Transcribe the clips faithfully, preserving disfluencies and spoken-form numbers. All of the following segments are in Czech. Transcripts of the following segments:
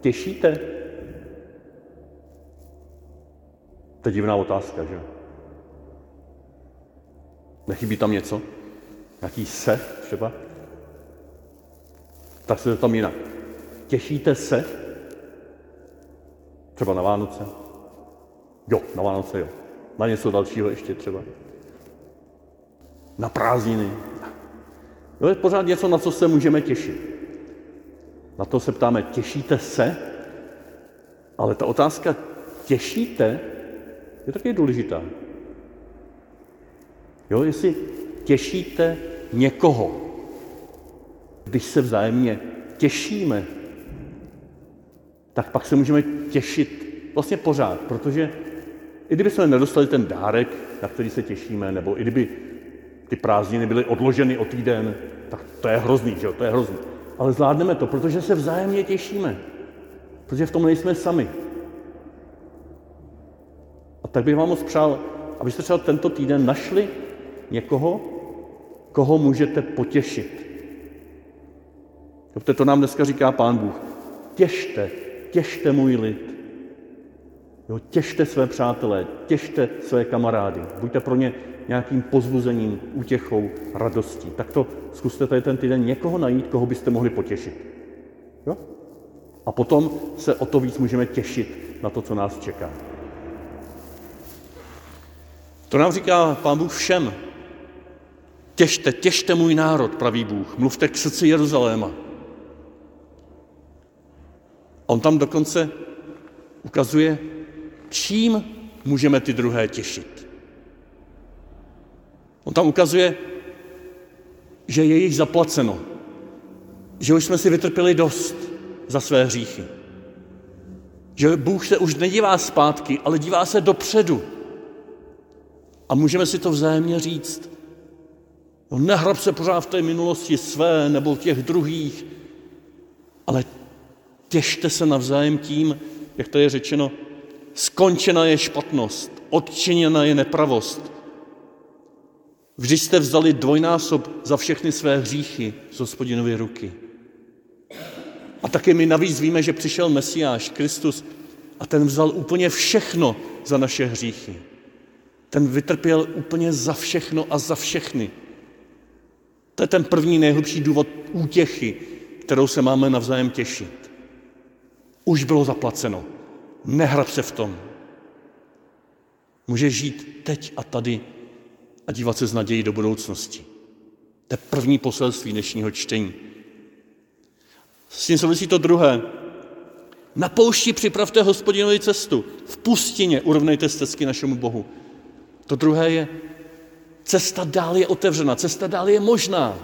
těšíte? To je divná otázka, že? Nechybí tam něco? Nějaký se třeba? Tak se to tam jinak. Těšíte se? Třeba na Vánoce? Jo, na Vánoce jo. Na něco dalšího ještě třeba. Na prázdniny. Jo, je pořád něco, na co se můžeme těšit. Na to se ptáme, těšíte se? Ale ta otázka těšíte je taky důležitá. Jo, jestli těšíte někoho, když se vzájemně těšíme, tak pak se můžeme těšit vlastně pořád, protože i kdyby jsme nedostali ten dárek, na který se těšíme, nebo i kdyby ty prázdniny byly odloženy o týden, tak to je hrozný, že jo, to je hrozný. Ale zvládneme to, protože se vzájemně těšíme, protože v tom nejsme sami. A tak bych vám moc přál, abyste třeba tento týden našli někoho, koho můžete potěšit. Protože to nám dneska říká Pán Bůh. Těšte, těšte můj lid. Jo, těšte své přátelé, těšte své kamarády. Buďte pro ně nějakým pozbuzením, útěchou, radostí. Tak to zkuste tady ten týden někoho najít, koho byste mohli potěšit. Jo? A potom se o to víc můžeme těšit na to, co nás čeká. To nám říká Pán Bůh všem. Těšte, těšte můj národ, praví Bůh. Mluvte k srdci Jeruzaléma. A on tam dokonce ukazuje, čím můžeme ty druhé těšit. On tam ukazuje, že je již zaplaceno, že už jsme si vytrpěli dost za své hříchy. Že Bůh se už nedívá zpátky, ale dívá se dopředu. A můžeme si to vzájemně říct. No, nehrab se pořád v té minulosti své nebo těch druhých, ale těšte se navzájem tím, jak to je řečeno, skončena je špatnost, odčiněna je nepravost. Vždyť jste vzali dvojnásob za všechny své hříchy z Hospodinovy ruky. A taky my navíc víme, že přišel Mesiáš, Kristus, a ten vzal úplně všechno za naše hříchy. Ten vytrpěl úplně za všechno a za všechny. To je ten první nejhlubší důvod útěchy, kterou se máme navzájem těšit. Už bylo zaplaceno. Nehrab se v tom. Můžeš žít teď a tady a dívat se s nadějí do budoucnosti. To je první poselství dnešního čtení. S tím souvisí to druhé. Na poušti připravte Hospodinovi cestu. V pustině urovnejte stezky našemu Bohu. To druhé je, cesta dál je otevřena, cesta dál je možná.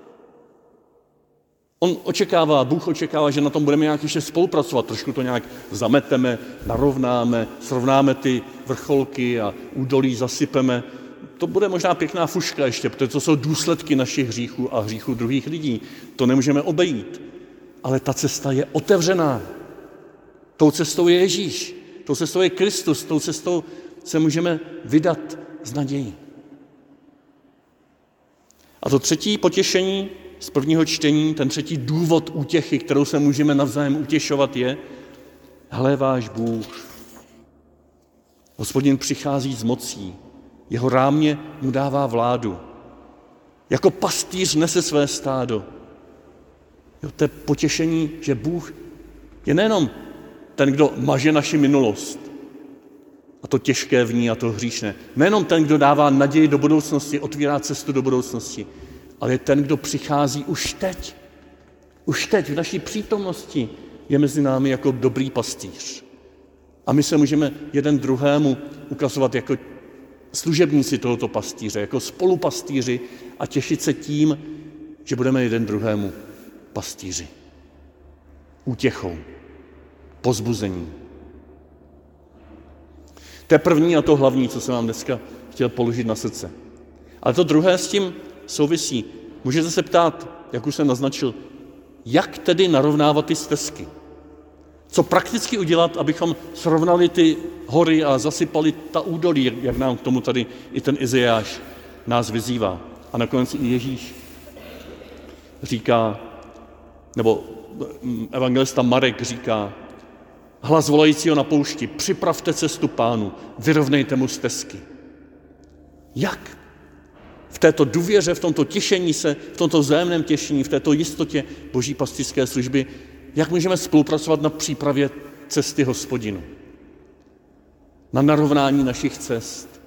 On očekává, Bůh očekává, že na tom budeme nějak ještě spolupracovat, trošku to nějak zameteme, narovnáme, srovnáme ty vrcholky a údolí zasypeme. To bude možná pěkná fuška ještě, protože to jsou důsledky našich hříchů a hříchů druhých lidí. To nemůžeme obejít. Ale ta cesta je otevřená. Tou cestou je Ježíš, tou cestou je Kristus, tou cestou se můžeme vydat s nadějí. A to třetí potěšení z prvního čtení, ten třetí důvod útěchy, kterou se můžeme navzájem utěšovat, je, hle váš Bůh. Hospodin přichází s mocí, jeho rámě mu dává vládu. Jako pastýř nese své stádo. Jo, to je potěšení, že Bůh je nejenom ten, kdo maže naši minulost, a to těžké v ní a to hříšné. Nejenom ten, kdo dává naději do budoucnosti, otvírá cestu do budoucnosti, ale je ten, kdo přichází už teď. Už teď v naší přítomnosti je mezi námi jako dobrý pastýř. A my se můžeme jeden druhému ukazovat jako služebníci tohoto pastýře, jako spolupastýři a těšit se tím, že budeme jeden druhému pastýři. Útěchou, pozbuzením. To je první a to hlavní, co jsem vám dneska chtěl položit na srdce. Ale to druhé s tím souvisí. Můžete se ptát, jak už jsem naznačil, jak tedy narovnávat ty stezky? Co prakticky udělat, abychom srovnali ty hory a zasypali ta údolí, jak nám k tomu tady i ten Izajáš nás vyzývá. A nakonec i Ježíš říká, nebo evangelista Marek říká, Hlas volajícího na poušti, připravte cestu Pánu, vyrovnejte mu stezky. Jak? V této důvěře, v tomto těšení se, v tomto vzájemném těšení, v této jistotě Boží pastýřské služby, jak můžeme spolupracovat na přípravě cesty Hospodinu, na narovnání našich cest.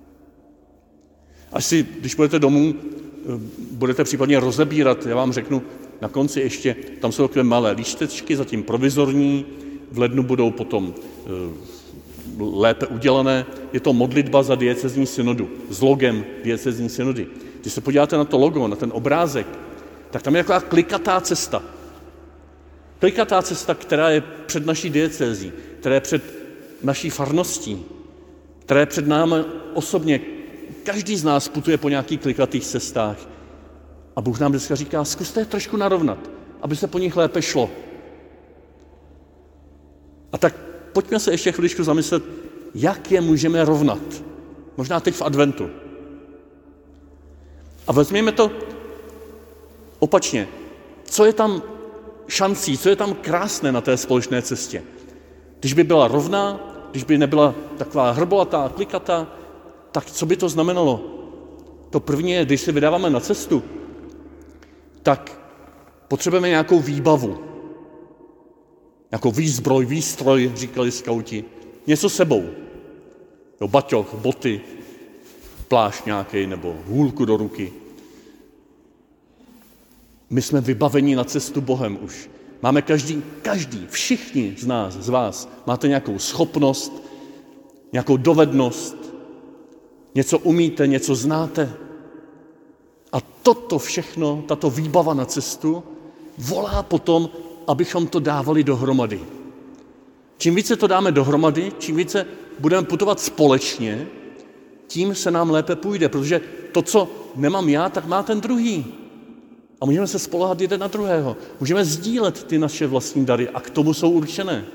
Až si, když budete domů, budete případně rozebírat, já vám řeknu na konci ještě, tam jsou takové malé lístečky, zatím provizorní, v lednu budou potom lépe udělané. Je to modlitba za diecézní synodu s logem diecézní synody. Když se podíváte na to logo, na ten obrázek, tak tam je taková klikatá cesta. Klikatá cesta, která je před naší diecézí, která je před naší farností, která je před námi osobně. Každý z nás putuje po nějakých klikatých cestách. A Bůh nám dneska říká, zkuste je trošku narovnat, aby se po nich lépe šlo. A tak pojďme se ještě chviličku zamyslet, jak je můžeme rovnat. Možná teď v adventu. A vezměme to opačně. Co je tam šancí, co je tam krásné na té společné cestě? Když by byla rovná, když by nebyla taková hrbolatá, klikatá, tak co by to znamenalo? To první je, když se vydáváme na cestu, tak potřebujeme nějakou výbavu. Nějakou výzbroj, výstroj, říkali skauti. Něco sebou. Jo, baťoch, boty, plášť nějaký nebo hůlku do ruky. My jsme vybaveni na cestu Bohem už. Máme každý, každý, všichni z nás, z vás, máte nějakou schopnost, nějakou dovednost, něco umíte, něco znáte. A toto všechno, tato výbava na cestu, volá potom, abychom to dávali dohromady. Čím více to dáme dohromady, čím více budeme putovat společně, tím se nám lépe půjde, protože to, co nemám já, tak má ten druhý. A můžeme se spoléhat jeden na druhého. Můžeme sdílet ty naše vlastní dary a k tomu jsou určené.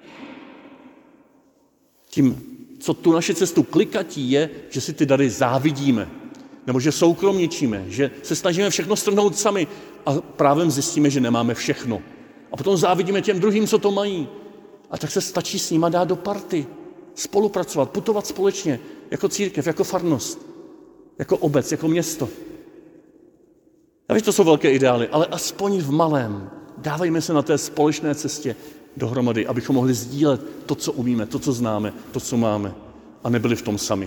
Tím, co tu naši cestu klikatí, je, že si ty dary závidíme, nebo že soukromničíme, že se snažíme všechno strhnout sami a právem zjistíme, že nemáme všechno. A potom závidíme těm druhým, co to mají. A tak se stačí s nima dát do party, spolupracovat, putovat společně, jako církev, jako farnost, jako obec, jako město. Já vím, to jsou velké ideály, ale aspoň v malém dávejme se na té společné cestě dohromady, abychom mohli sdílet to, co umíme, to, co známe, to, co máme a nebyli v tom sami.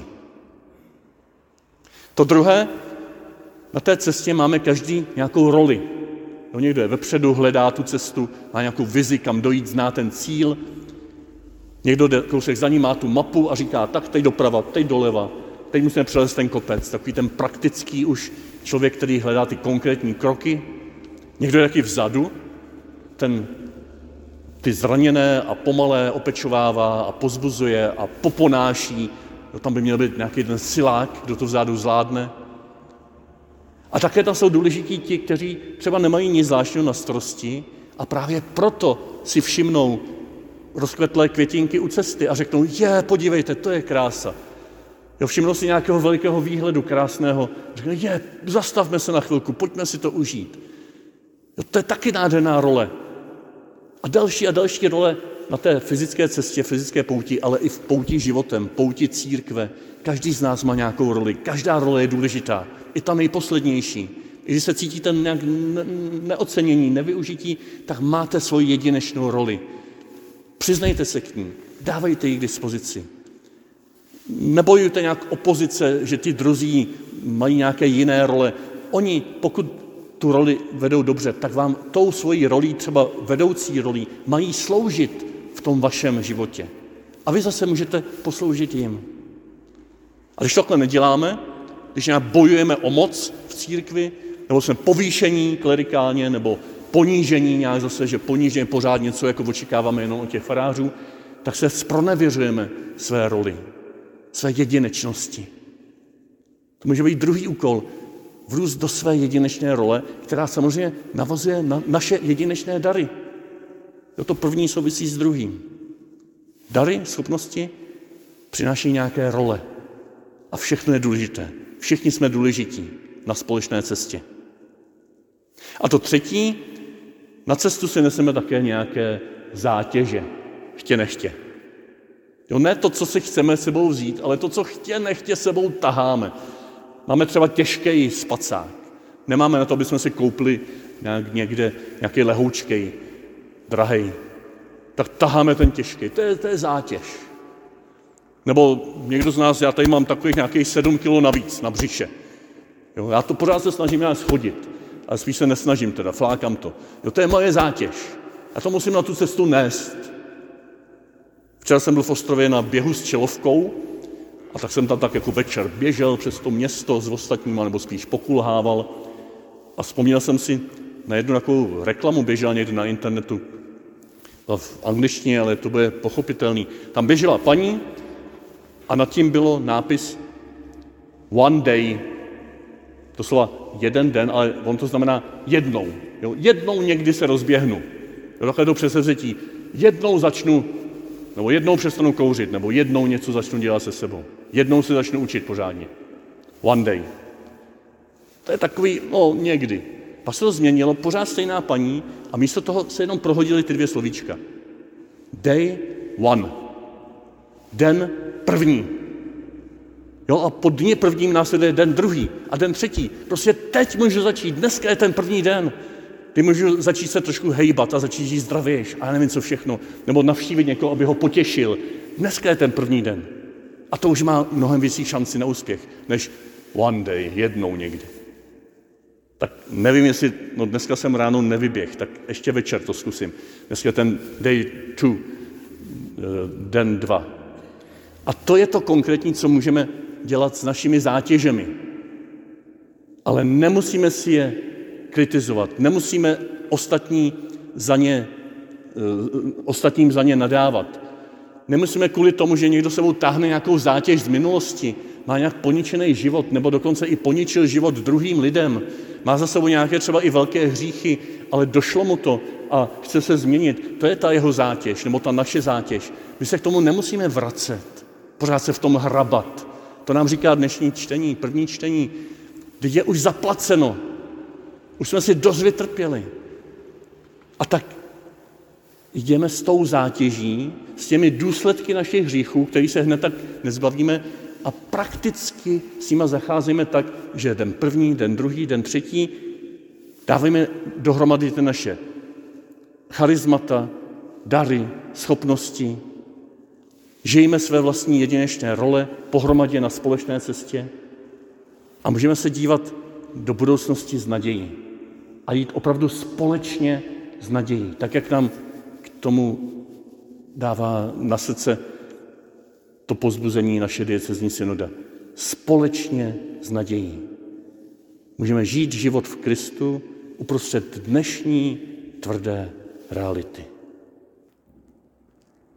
To druhé, na té cestě máme každý nějakou roli. No, někdo je vepředu, hledá tu cestu, má nějakou vizi, kam dojít, zná ten cíl. Někdo jde kousek za ním, má tu mapu a říká, tak teď doprava, teď doleva, teď musíme přelést ten kopec. Takový ten praktický už člověk, který hledá ty konkrétní kroky. Někdo je taky vzadu, ten ty zraněné a pomalé opečovává a pozbuzuje a poponáší. No, tam by měl být nějaký ten silák, kdo to vzadu zvládne. A také tam jsou důležití ti, kteří třeba nemají nic zvláštního na starosti a právě proto si všimnou rozkvetlé květinky u cesty a řeknou, je, podívejte, to je krása. Jo, všimnou si nějakého velkého výhledu krásného. Řeknou, je, zastavme se na chvilku, pojďme si to užít. Jo, to je taky nádherná role. A další a další role na té fyzické cestě, fyzické pouti, ale i v pouti životem, pouti církve. Každý z nás má nějakou roli, každá role je důležitá, i ta nejposlednější. I když se cítíte nějak neocenění, nevyužití, tak máte svoji jedinečnou roli. Přiznejte se k ní, dávejte ji k dispozici. Nebojujte nějak opozice, že ty druzí mají nějaké jiné role. Oni, pokud tu roli vedou dobře, tak vám tou svojí rolí, třeba vedoucí rolí, mají sloužit v tom vašem životě. A vy zase můžete posloužit jim. A když takhle neděláme, když nějak bojujeme o moc v církvi, nebo jsme povýšení klerikálně, nebo ponížení nějak zase, že ponížení pořád něco, jako očekáváme jenom od těch farářů, tak se zpronevěřujeme své roli, své jedinečnosti. To může být druhý úkol, vrůst do své jedinečné role, která samozřejmě navazuje na naše jedinečné dary. To první souvisí s druhým. Dary, schopnosti přináší nějaké role. A všechno je důležité. Všichni jsme důležití na společné cestě. A to třetí, na cestu si neseme také nějaké zátěže. chtě nechtě. Jo, ne to, co si chceme sebou vzít, ale to, co chtě nechtě sebou taháme. Máme třeba těžký spacák. Nemáme na to, aby jsme si koupili nějak někde nějaký lehoučkej, drahej. Tak taháme ten těžký. To je, to je zátěž. Nebo někdo z nás, já tady mám takových nějakých sedm kilo navíc na břiše. Jo, já to pořád se snažím nějak schodit, ale spíš se nesnažím teda, flákám to. Jo, to je moje zátěž. Já to musím na tu cestu nést. Včera jsem byl v Ostrově na běhu s čelovkou a tak jsem tam tak jako večer běžel přes to město s ostatníma, nebo spíš pokulhával. A vzpomněl jsem si na jednu takovou reklamu, běžela někdy na internetu, v angličtině, ale to bude pochopitelný. Tam běžela paní a nad tím bylo nápis one day, to slova jeden den, ale on to znamená jednou. Jo? Jednou někdy se rozběhnu. Jo, takhle to přesevzetí. Jednou začnu, nebo jednou přestanu kouřit, nebo jednou něco začnu dělat se sebou. Jednou se začnu učit pořádně. One day. To je takový, no někdy. Pak se to změnilo, pořád stejná paní a místo toho se jenom prohodili ty dvě slovíčka. Day one. Den první. Jo, a po dni prvním následuje den druhý a den třetí. Prostě teď můžu začít, dneska je ten první den. Kdy můžu začít se trošku hejbat a začít žít zdravějš a já nevím co všechno. Nebo navštívit někoho, aby ho potěšil. Dneska je ten první den. A to už má mnohem větší šanci na úspěch, než one day, jednou někdy. Tak nevím, jestli, no dneska jsem ráno nevyběh, tak ještě večer to zkusím. Dneska je ten day two, den dva. A to je to konkrétní, co můžeme dělat s našimi zátěžemi. Ale nemusíme si je kritizovat, nemusíme ostatní za ně, ostatním za ně nadávat. Nemusíme kvůli tomu, že někdo sebou táhne nějakou zátěž z minulosti, má nějak poničený život, nebo dokonce i poničil život druhým lidem, má za sebou nějaké třeba i velké hříchy, ale došlo mu to a chce se změnit. To je ta jeho zátěž, nebo ta naše zátěž. My se k tomu nemusíme vracet, pořád se v tom hrabat. To nám říká dnešní čtení, první čtení. Teď je už zaplaceno. Už jsme si dost vytrpěli. A tak jdeme s tou zátěží, s těmi důsledky našich hříchů, který se hned tak nezbavíme, a prakticky s nima zacházíme tak, že den první, den druhý, den třetí dáváme dohromady ty naše charismata, dary, schopnosti, žijeme své vlastní jedinečné role pohromadě na společné cestě a můžeme se dívat do budoucnosti s nadějí a jít opravdu společně s nadějí, tak jak nám k tomu dává na srdce to povzbuzení naše diecézní synoda. Společně s nadějí. Můžeme žít život v Kristu uprostřed dnešní tvrdé reality.